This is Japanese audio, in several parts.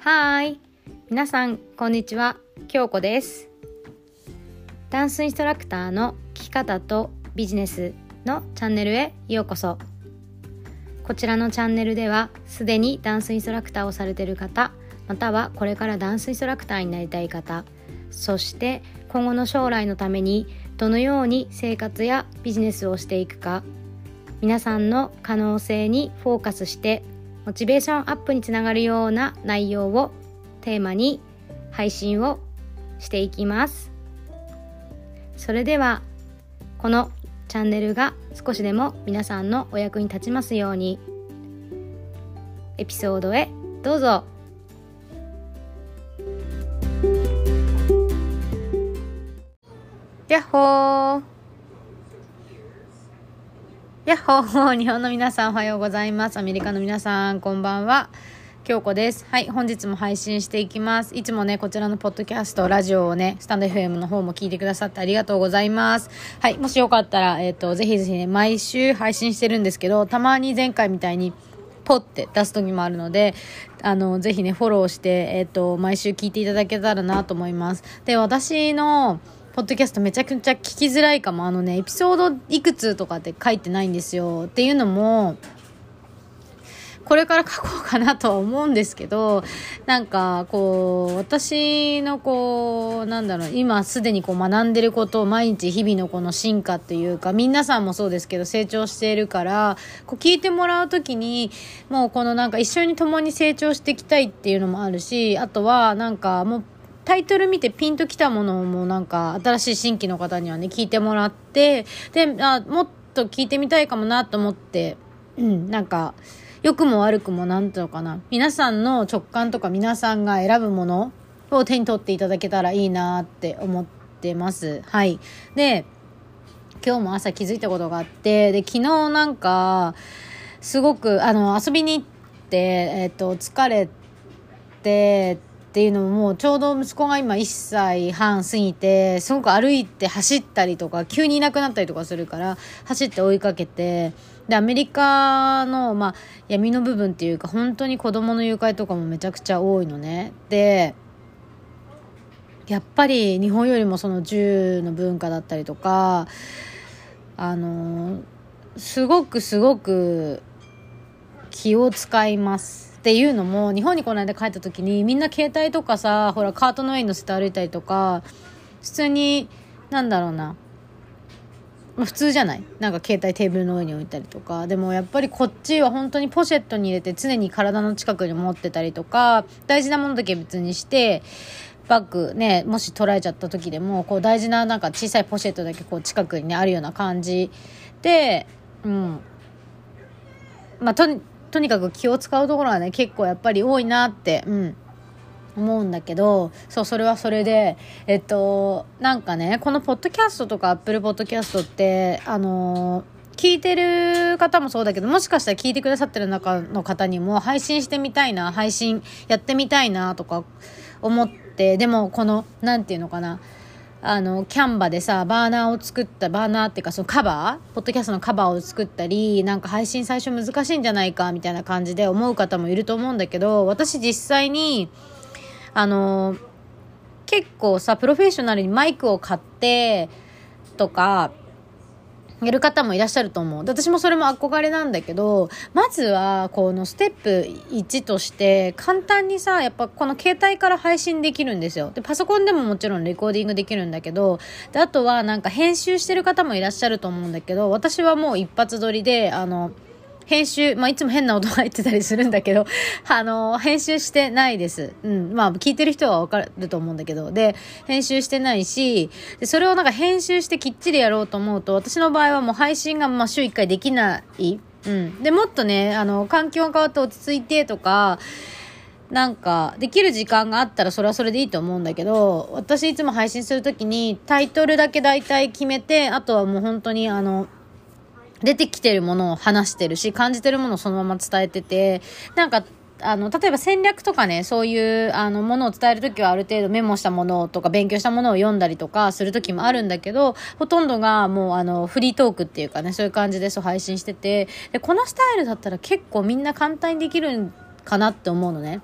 はーい、皆さんこんにちは、京子です。ダンスインストラクターの生き方とビジネスのチャンネルへようこそ。こちらのチャンネルではすでにダンスインストラクターをされている方、またはこれからダンスインストラクターになりたい方、そして今後の将来のためにどのように生活やビジネスをしていくか、皆さんの可能性にフォーカスしてモチベーションアップにつながるような内容をテーマに配信をしていきます。それではこのチャンネルが少しでも皆さんのお役に立ちますように、エピソードへどうぞ。やっほーやっほー、日本の皆さんおはようございます。アメリカの皆さんこんばんは、京子です。はい、本日も配信していきます。いつもね、こちらのポッドキャスト、ラジオをね、スタンド FM の方も聞いてくださってありがとうございます。はい、もしよかったら、ぜひぜひね、毎週配信してるんですけど、たまに前回みたいにポッて出す時もあるので、ぜひね、フォローして、毎週聞いていただけたらなと思います。で、私のポッドキャストめちゃくちゃ聞きづらいかも。エピソードいくつとかって書いてないんですよ。っていうのも、これから書こうかなとは思うんですけど、なんかこう私の今すでに学んでることを毎日日々のこの進化っていうか、皆さんもそうですけど成長しているから、聞いてもらうときにもう一緒に共に成長していきたいっていうのもあるし、あとはもうタイトル見てピンときたものも新しい新規の方にはね聞いてもらって、でもっと聞いてみたいかもなと思って、良くも悪くも皆さんの直感とか皆さんが選ぶものを手に取っていただけたらいいなって思ってます。はい。で、今日も朝気づいたことがあって、で昨日すごく遊びに行って、疲れてっていうのも、もうちょうど息子が今1歳半過ぎて、すごく歩いて走ったりとか急にいなくなったりとかするから走って追いかけて、でアメリカの闇の部分っていうか、本当に子供の誘拐とかもめちゃくちゃ多いのね。でやっぱり日本よりもその銃の文化だったりとか、すごく気を使います。っていうのも、日本にこの間帰った時にみんな携帯とかカートの上に乗せて歩いたりとか、普通に普通じゃない？携帯テーブルの上に置いたりとか。でもやっぱりこっちは本当にポシェットに入れて常に体の近くに持ってたりとか、大事なものだけ別にしてバッグね、もし取られちゃった時でも大事な小さいポシェットだけ近くにねあるような感じで、とにかく気を使うところはね結構やっぱり多いなって思うんだけど、それはそれでこのポッドキャストとかアップルポッドキャストって聞いてる方もそうだけど、もしかしたら聞いてくださってる中の方にも配信してみたいな、配信やってみたいなとか思って、でもキャンバでバーナーっていうか、そのカバー、ポッドキャストのカバーを作ったり、配信最初難しいんじゃないかみたいな感じで思う方もいると思うんだけど、私実際に結構プロフェッショナルにマイクを買ってとかやる方もいらっしゃると思う。私もそれも憧れなんだけど、まずはこのステップ1として簡単にやっぱこの携帯から配信できるんですよ。でパソコンでももちろんレコーディングできるんだけど、であとは編集してる方もいらっしゃると思うんだけど、私はもう一発撮りで編集、いつも変な音が入ってたりするんだけど、編集してないです。聞いてる人はわかると思うんだけど、で、編集してないし、でそれを編集してきっちりやろうと思うと、私の場合はもう配信が週1回できない。で、もっとね、環境が変わって落ち着いてとか、できる時間があったらそれはそれでいいと思うんだけど、私いつも配信するときにタイトルだけだいたい決めて、あとはもう本当に出てきてるものを話してるし、感じてるものをそのまま伝えてて、例えば戦略とかね、そういうものを伝えるときはある程度メモしたものとか勉強したものを読んだりとかするときもあるんだけど、ほとんどがもうフリートークっていうかね、そういう感じで配信してて、でこのスタイルだったら結構みんな簡単にできるかなって思うのね。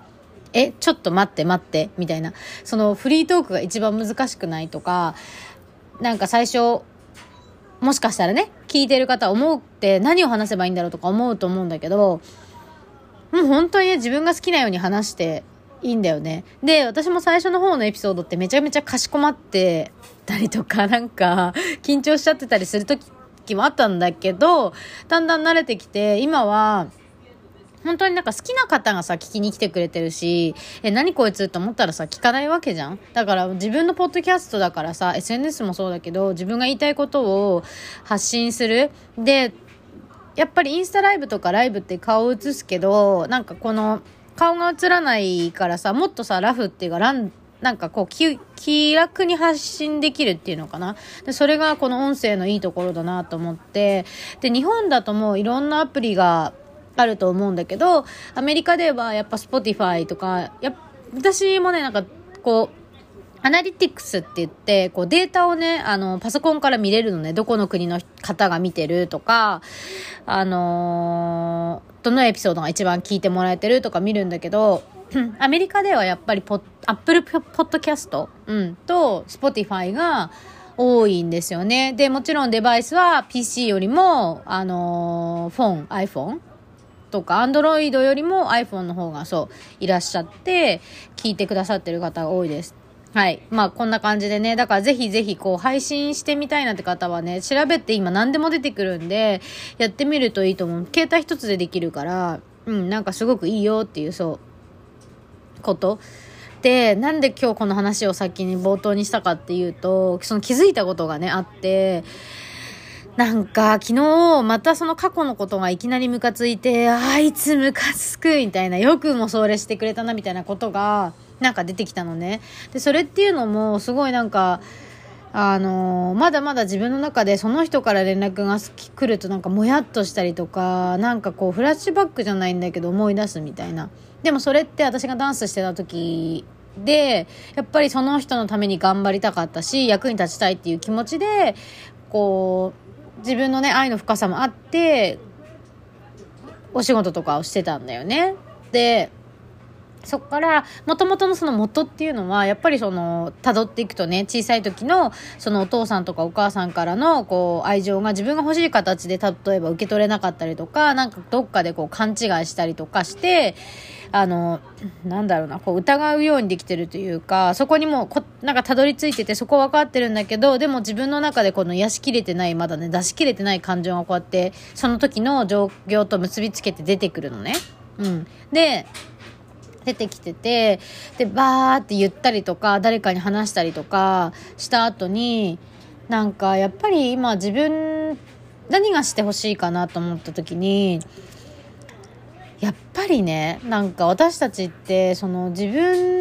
ちょっと待ってみたいな、そのフリートークが一番難しくないとか、なんか最初もしかしたらね聞いてる方思って何を話せばいいんだろうとか思うと思うんだけど、もう本当にね自分が好きなように話していいんだよね。で、私も最初の方のエピソードってめちゃめちゃかしこまってたりとか、なんか緊張しちゃってたりする時もあったんだけど、だんだん慣れてきて、今は本当になんか好きな方がさ聞きに来てくれてるし、何こいつと思ったらさ聞かないわけじゃん。だから自分のポッドキャストだからさ、 SNS もそうだけど自分が言いたいことを発信する。でやっぱりインスタライブとかライブって顔を映すけど、なんかこの顔が映らないからさ、もっとさラフっていうかなんかこう気楽に発信できるっていうのかな。でそれがこの音声のいいところだなと思って、で日本だともういろんなアプリがあると思うんだけど、アメリカではやっぱ Spotify とか、私もねなんかこうアナリティクスって言って、こうデータをね、パソコンから見れるのね。どこの国の方が見てるとか、どのエピソードが一番聞いてもらえてるとか見るんだけど、アメリカではやっぱりApple Podcast、と Spotify が多いんですよね。で、もちろんデバイスは PC よりも、iPhoneとか Android よりも iPhone の方がいらっしゃって、聞いてくださってる方が多いです。はい。まあこんな感じでね、だからぜひぜひこう配信してみたいなって方はね、調べて今何でも出てくるんで、やってみるといいと思う。携帯一つでできるから、なんかすごくいいよっていうことで、なんで今日この話を先に冒頭にしたかっていうと、その気づいたことがねあって、なんか昨日またその過去のことがいきなりムカついて、あいつムカつくみたいな、よくもそれしてくれたなみたいなことがなんか出てきたのね。でそれっていうのもすごいなんかまだまだ自分の中でその人から連絡が来るとなんかもやっとしたりとか、なんかこうフラッシュバックじゃないんだけど思い出すみたいな。でもそれって私がダンスしてた時で、やっぱりその人のために頑張りたかったし、役に立ちたいっていう気持ちでこう自分のね愛の深さもあってお仕事とかをしてたんだよね。でそっから元々のその元っていうのはやっぱり辿っていくとね、小さい時のそのお父さんとかお母さんからのこう愛情が自分が欲しい形で例えば受け取れなかったりとか、なんかどっかでこう勘違いしたりとかして、なんだろうな、こう疑うようにできてるというか、そこにもなんかたどり着いてて、そこ分かってるんだけど、でも自分の中でこの癒しきれてない、まだね出しきれてない感情がこうやってその時の状況と結びつけて出てくるのね。で出てきてて、でバーって言ったりとか誰かに話したりとかした後に、なんかやっぱり今自分何がしてほしいかなと思った時に、やっぱりね、なんか私たちってその自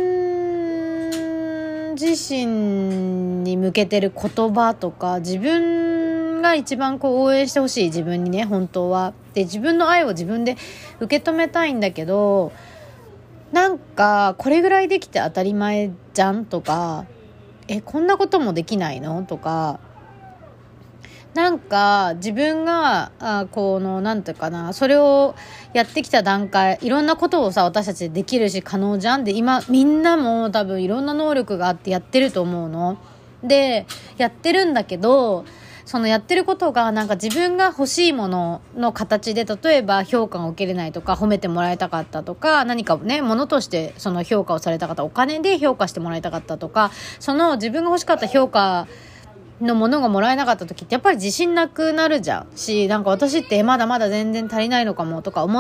分自身に向けてる言葉とか、自分が一番こう応援してほしい自分にね、本当はで自分の愛を自分で受け止めたいんだけど、なんかこれぐらいできて当たり前じゃんとか、こんなこともできないのとか、なんか自分がこのなんていうかな、それをやってきた段階、いろんなことをさ私たちできるし可能じゃん。で今みんなも多分いろんな能力があってやってると思うので、やってるんだけど、そのやってることがなんか自分が欲しいものの形で、例えば評価が受けれないとか、褒めてもらいたかったとか、何かねものとしてその評価をされたかった、お金で評価してもらいたかったとか、その自分が欲しかった評価のものがもらえなかった時ってやっぱり自信なくなるじゃんし、なんか私ってまだまだ全然足りないのかもとか思って、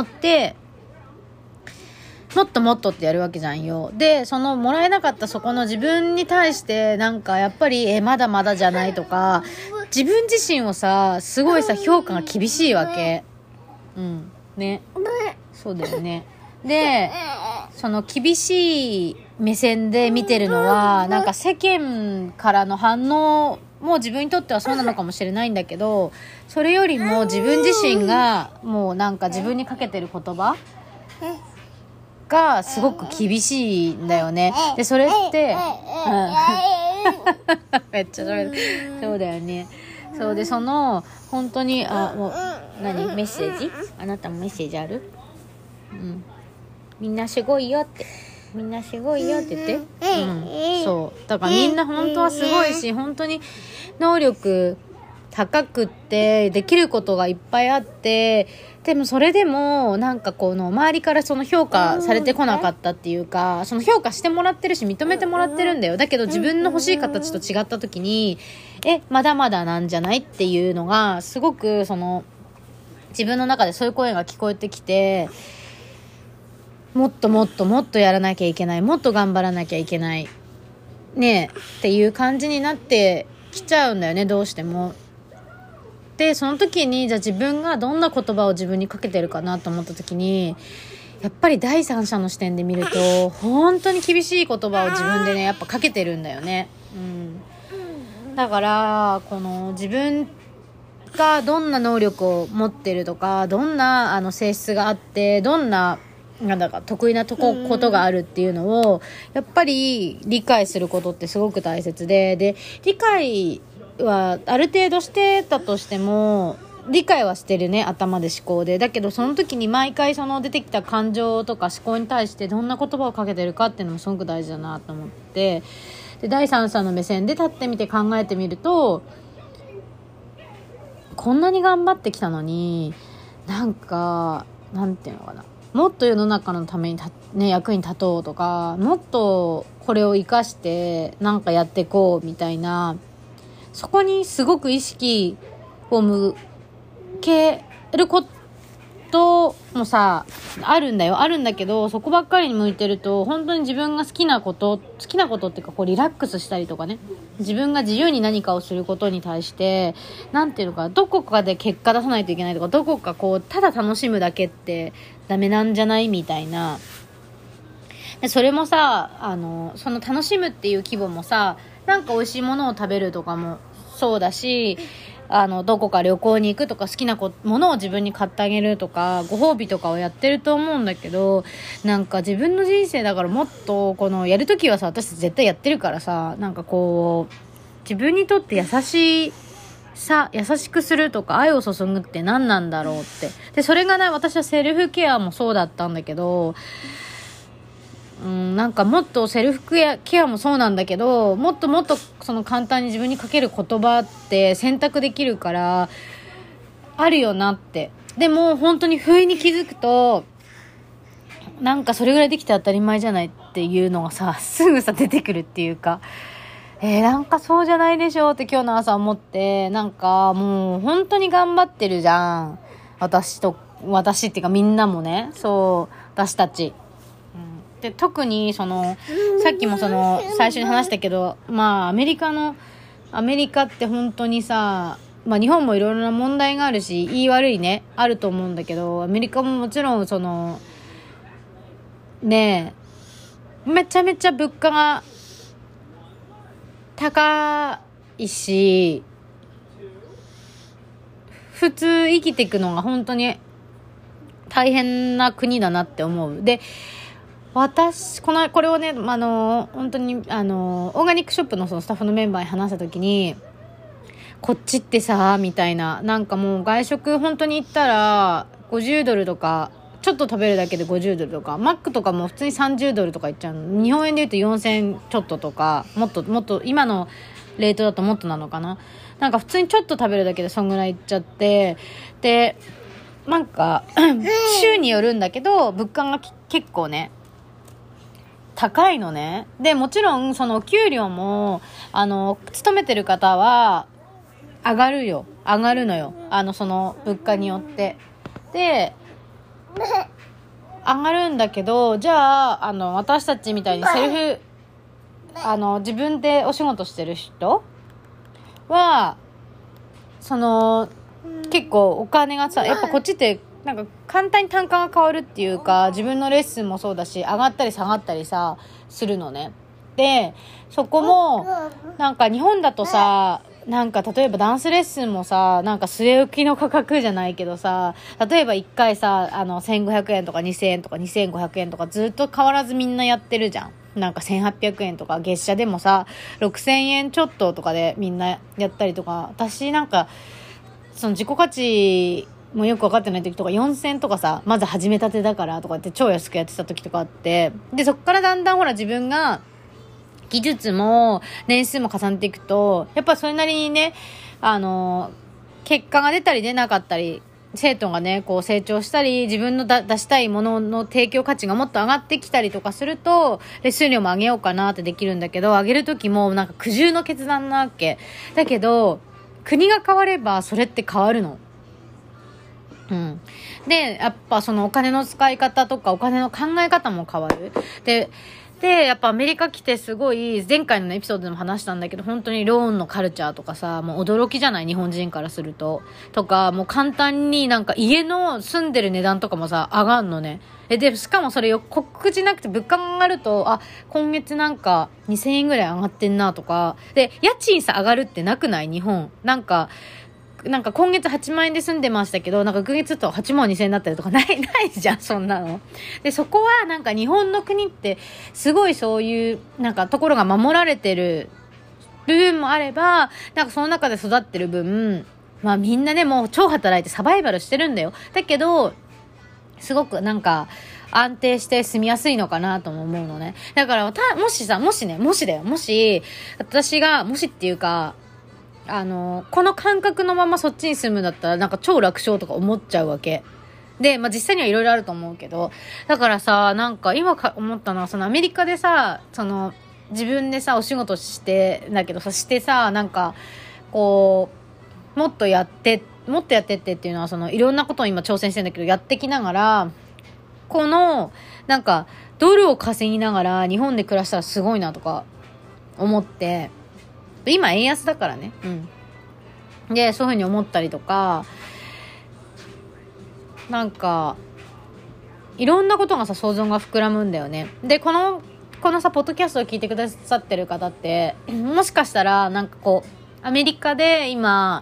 もっともっとってやるわけじゃんよ。でそのもらえなかったそこの自分に対してなんかやっぱりまだまだじゃないとか、自分自身をさすごいさ評価が厳しいわけ。ね、そうだよね。でその厳しい目線で見てるのはなんか世間からの反応も自分にとってはそうなのかもしれないんだけど、それよりも自分自身がもうなんか自分にかけてる言葉がすごく厳しいんだよね。でそれってめっちゃそうだよね。そうで本当にもうメッセージ、あなたもメッセージある？みんなすごいよってみんなすごいよって言って、そうだからみんな本当はすごいし、本当に能力高くってできることがいっぱいあって、でもそれでもなんかこの周りからその評価されてこなかったっていうか、その評価してもらってるし認めてもらってるんだよ。だけど自分の欲しい形と違った時にまだまだなんじゃないっていうのがすごくその自分の中でそういう声が聞こえてきて、もっともっともっとやらなきゃいけない、もっと頑張らなきゃいけないねっていう感じになってきちゃうんだよね、どうしても。でその時にじゃあ自分がどんな言葉を自分にかけてるかなと思った時に、やっぱり第三者の視点で見ると本当に厳しい言葉を自分でねやっぱかけてるんだよね。だからこの自分がどんな能力を持ってるとか、どんな性質があって、どんななんだか得意なことがあるっていうのをやっぱり理解することってすごく大切で、理解はある程度してたとしても、理解はしてるね、頭で思考で。だけどその時に毎回その出てきた感情とか思考に対してどんな言葉をかけてるかっていうのもすごく大事だなと思って、で第三者の目線で立ってみて考えてみると、こんなに頑張ってきたのになんかなんていうのかな、もっと世の中のために役に立とうとか、もっとこれを生かしてなんかやっていこうみたいな、そこにすごく意識を向けることもさあるんだけど、そこばっかりに向いてると本当に自分が好きなことっていうか、こうリラックスしたりとかね、自分が自由に何かをすることに対してなんていうのか、どこかで結果出さないといけないとか、どこかこうただ楽しむだけってダメなんじゃないみたいな。でそれもさその楽しむっていう規模もさ、なんか美味しいものを食べるとかもそうだし、どこか旅行に行くとか、好きなものを自分に買ってあげるとか、ご褒美とかをやってると思うんだけど、なんか自分の人生だからもっとこのやるときはさ、私絶対やってるからさ、なんかこう自分にとって優しくするとか愛を注ぐって何なんだろうって。でそれがね、私はセルフケアもそうだったんだけど、なんかもっとセルフケアもそうなんだけど、もっともっとその簡単に自分にかける言葉って選択できるからあるよなって。でも本当に不意に気づくと、なんかそれぐらいできて当たり前じゃないっていうのがさ、すぐさ出てくるっていうか、なんかそうじゃないでしょって今日の朝思って、なんかもう本当に頑張ってるじゃん、私っていうかみんなもね、そう私たちで、特にそのさっきもその最初に話したけど、まあアメリカって本当にさ、まあ日本もいろいろな問題があるし、いい悪いねあると思うんだけど、アメリカももちろんそのねめちゃめちゃ物価が高いし、普通生きていくのが本当に大変な国だなって思う。で私これをね、本当にオーガニックショップのそのスタッフのメンバーに話した時に、こっちってさみたいな、なんかもう外食本当に行ったら50ドルとか、ちょっと食べるだけで50ドルとか、マックとかも普通に30ドルとかいっちゃうの。日本円で言うと4000ちょっととか、もっと今のレートだともっとなのかな。なんか普通にちょっと食べるだけでそんぐらいいっちゃって、でなんか州によるんだけど物価が結構ね高いのね。でもちろんその給料も勤めてる方は上がるのよ、その物価によって。で上がるんだけど、じゃあ私たちみたいにセルフ自分でお仕事してる人はその結構お金がさ、やっぱこっちってなんか簡単に単価が変わるっていうか、自分のレッスンもそうだし、上がったり下がったりさするのね。でそこもなんか日本だとさ、なんか例えばダンスレッスンもさ、なんか据え置きの価格じゃないけどさ、例えば1回さ1500円とか2000円とか2500円とかずっと変わらずみんなやってるじゃん。なんか1800円とか、月謝でもさ6000円ちょっととかでみんなやったりとか。私なんかその自己価値もうよく分かってない時とか4000とかさ、まず始めたてだからとかって超安くやってた時とかあって、でそっからだんだんほら自分が技術も年数も重ねていくと、やっぱそれなりにね、結果が出たり出なかったり、生徒がねこう成長したり、自分の出したいものの提供価値がもっと上がってきたりとかすると、レッスン料も上げようかなってできるんだけど、上げる時もなんか苦渋の決断なわけだけど、国が変わればそれって変わるの。でやっぱそのお金の使い方とかお金の考え方も変わる。でやっぱアメリカ来てすごい、前回のエピソードでも話したんだけど、本当にローンのカルチャーとかさ、もう驚きじゃない、日本人からすると。とかもう簡単になんか家の住んでる値段とかもさ上がんのね。でしかもそれよ、告知なくて物価が上がると、今月なんか2000円ぐらい上がってんなとかで、家賃さ上がるってなくない？日本なんか今月8万円で住んでましたけど、なんか翌月と8万2000円になったりとかないじゃん、そんなの。で、そこはなんか日本の国ってすごいそういうなんかところが守られてる部分もあれば、なんかその中で育ってる分、まあみんなねもう超働いてサバイバルしてるんだよ。だけど、すごくなんか安定して住みやすいのかなとも思うのね。だからもし私が、もしっていうか、この感覚のままそっちに住むんだったらなんか超楽勝とか思っちゃうわけで、まあ実際にはいろいろあると思うけど、だからさ、なんか今思ったのは、そのアメリカでさ、その自分でさお仕事してだけどさ、してさ、なんかこうもっとやってっていうのは、そのいろんなことを今挑戦してんだけど、やってきながら、このなんかドルを稼ぎながら日本で暮らしたらすごいなとか思って、今円安だからね。で、そういう風に思ったりとか、なんかいろんなことがさ、想像が膨らむんだよね。で、このさポッドキャストを聞いてくださってる方って、もしかしたらなんかこうアメリカで今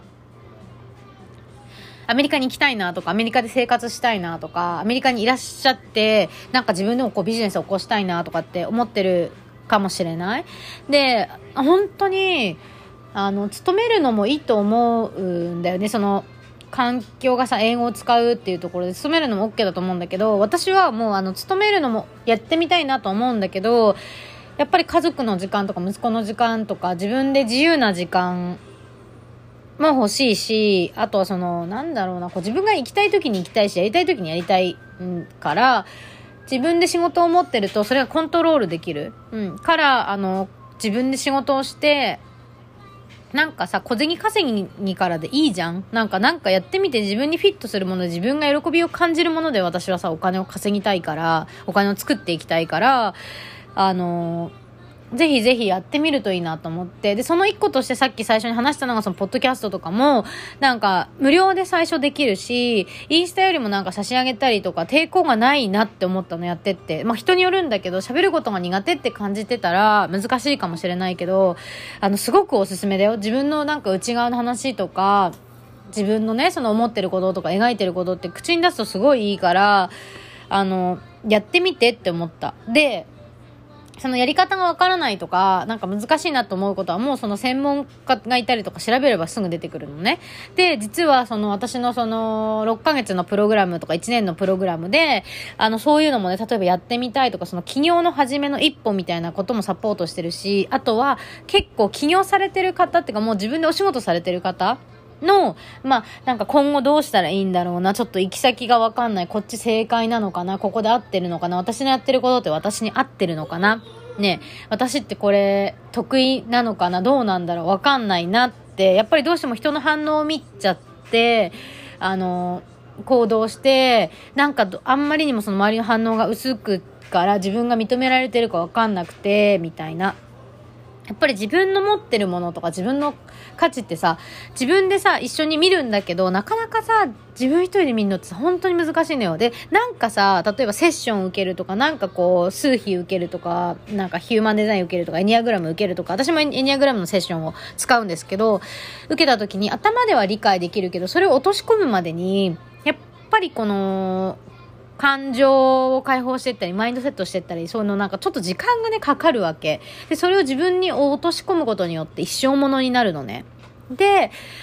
アメリカに行きたいなとか、アメリカで生活したいなとか、アメリカにいらっしゃってなんか自分でもこうビジネスを起こしたいなとかって思ってるかもしれない。で、本当に勤めるのもいいと思うんだよね。その環境がさ、英語を使うっていうところで勤めるのも OK だと思うんだけど、私はもう勤めるのもやってみたいなと思うんだけど、やっぱり家族の時間とか息子の時間とか自分で自由な時間も欲しいし、あとはそのなんだろうな、こう自分が行きたい時に行きたいし、やりたい時にやりたいから、自分で仕事を持ってるとそれがコントロールできる、から自分で仕事をして、なんかさ、小銭稼ぎにからでいいじゃん。なんかやってみて自分にフィットするもので、自分が喜びを感じるもので、私はさお金を稼ぎたいから、お金を作っていきたいから、ぜひぜひやってみるといいなと思って。で、その一個としてさっき最初に話したのが、そのポッドキャストとかもなんか無料で最初できるし、インスタよりもなんか差し上げたりとか抵抗がないなって思ったの、やってって。まあ人によるんだけど、喋ることが苦手って感じてたら難しいかもしれないけど、すごくおすすめだよ。自分のなんか内側の話とか、自分のねその思ってることとか描いてることって口に出すとすごいいいから、やってみてって思った。で、そのやり方がわからないとか、なんか難しいなと思うことは、もうその専門家がいたりとか調べればすぐ出てくるのね。で、実はその私のその6ヶ月のプログラムとか1年のプログラムで、そういうのもね、例えばやってみたいとか、その起業の始めの一歩みたいなこともサポートしてるし、あとは結構起業されてる方っていうか、もう自分でお仕事されてる方の、なんか今後どうしたらいいんだろうな、ちょっと行き先がわかんない、こっち正解なのかな、ここで合ってるのかな、私のやってることって私に合ってるのかな、ね、私ってこれ得意なのかな、どうなんだろう、わかんないなって、やっぱりどうしても人の反応を見ちゃって行動して、なんかあんまりにもその周りの反応が薄くから自分が認められてるかわかんなくてみたいな。やっぱり自分の持ってるものとか自分の価値ってさ、自分でさ一緒に見るんだけど、なかなかさ自分一人で見るのってさ本当に難しいのよ。で、なんかさ、例えばセッション受けるとか、なんかこう数秘受けるとか、なんかヒューマンデザイン受けるとか、エニアグラム受けるとか、私もエニアグラムのセッションを使うんですけど、受けた時に頭では理解できるけど、それを落とし込むまでにやっぱりこの感情を解放していったり、マインドセットしていったり、そういうのなんかちょっと時間がねかかるわけで、それを自分に落とし込むことによって一生ものになるのね。で、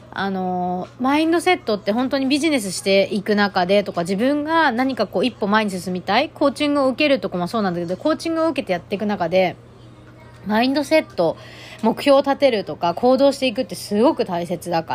マインドセットって本当にビジネスしていく中でとか、自分が何かこう一歩前に進みたい、コーチングを受けるとこもそうなんだけど、コーチングを受けてやっていく中で、マインドセット、目標を立てるとか行動していくってすごく大切だから、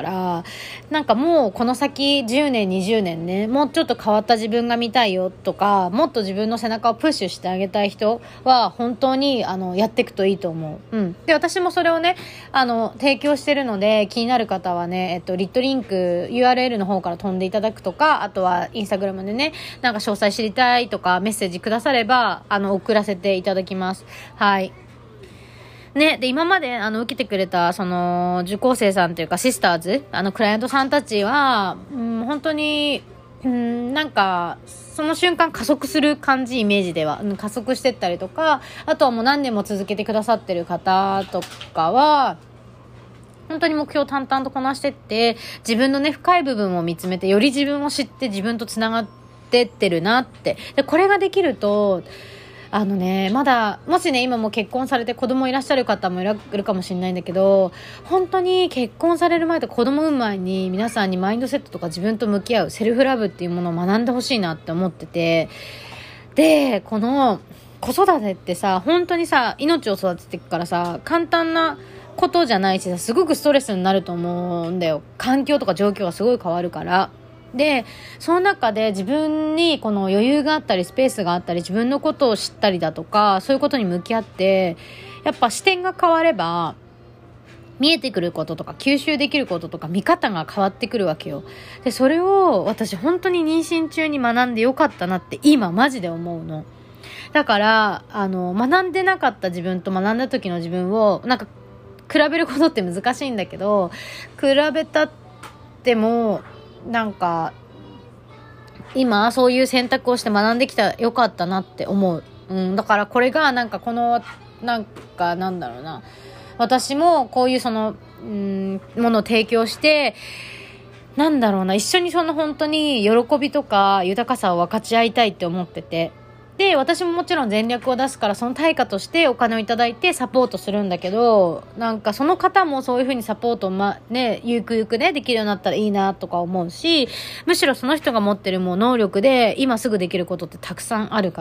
なんかもうこの先10年20年ね、もうちょっと変わった自分が見たいよとか、もっと自分の背中をプッシュしてあげたい人は本当にやっていくといいと思う。で、私もそれをね提供してるので、気になる方はね、リットリンク URL の方から飛んでいただくとか、あとはインスタグラムでね、なんか詳細知りたいとかメッセージくだされば送らせていただきます。はいね、で、今まで、受けてくれた、受講生さんというか、シスターズ、クライアントさんたちは、本当に、なんか、その瞬間加速する感じ、イメージでは。加速してったりとか、あとはもう何年も続けてくださってる方とかは、本当に目標を淡々とこなしてって、自分のね、深い部分を見つめて、より自分を知って自分とつながってってるなって。で、これができると、まだ、もしね、今も結婚されて子供いらっしゃる方もいるかもしれないんだけど、本当に結婚される前と子供産む前に皆さんにマインドセットとか自分と向き合うセルフラブっていうものを学んでほしいなって思ってて、で、この子育てってさ、本当にさ、命を育てていくからさ、簡単なことじゃないしさ、すごくストレスになると思うんだよ。環境とか状況がすごい変わるから。で、その中で自分にこの余裕があったりスペースがあったり、自分のことを知ったりだとか、そういうことに向き合って、やっぱ視点が変われば見えてくることとか吸収できることとか見方が変わってくるわけよ。で、それを私本当に妊娠中に学んでよかったなって今マジで思うの。だから学んでなかった自分と学んだ時の自分をなんか比べることって難しいんだけど、比べたってもなんか今そういう選択をして学んできたよかったなって思う。だからこれがなんかこのなんかなんだろうな、私もこういうものを提供してなんだろうな、一緒に本当に喜びとか豊かさを分かち合いたいって思ってて、で、私ももちろん全力を出すから、その対価としてお金をいただいてサポートするんだけど、なんかその方もそういう風にサポートをゆくゆくね、できるようになったらいいなとか思うし、むしろその人が持ってるもう能力で今すぐできることってたくさんあるから、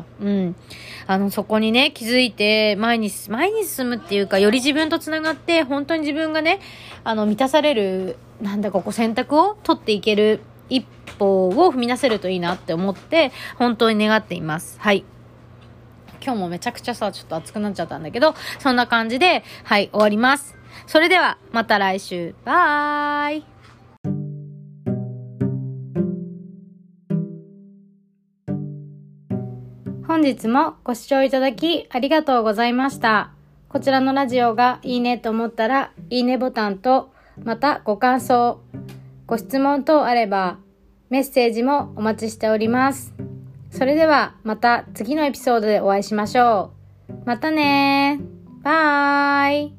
そこにね、気づいて前に進むっていうか、より自分とつながって、本当に自分がね、満たされる、なんだかこう選択を取っていける一歩を踏み出せるといいなって思って本当に願っています。はい、今日もめちゃくちゃちょっと熱くなっちゃったんだけど、そんな感じで終わります。それではまた来週、バイ。本日もご視聴いただきありがとうございました。こちらのラジオがいいねと思ったらいいねボタンと、またご感想、ご質問等あればメッセージもお待ちしております。それではまた次のエピソードでお会いしましょう。またねー。バイ。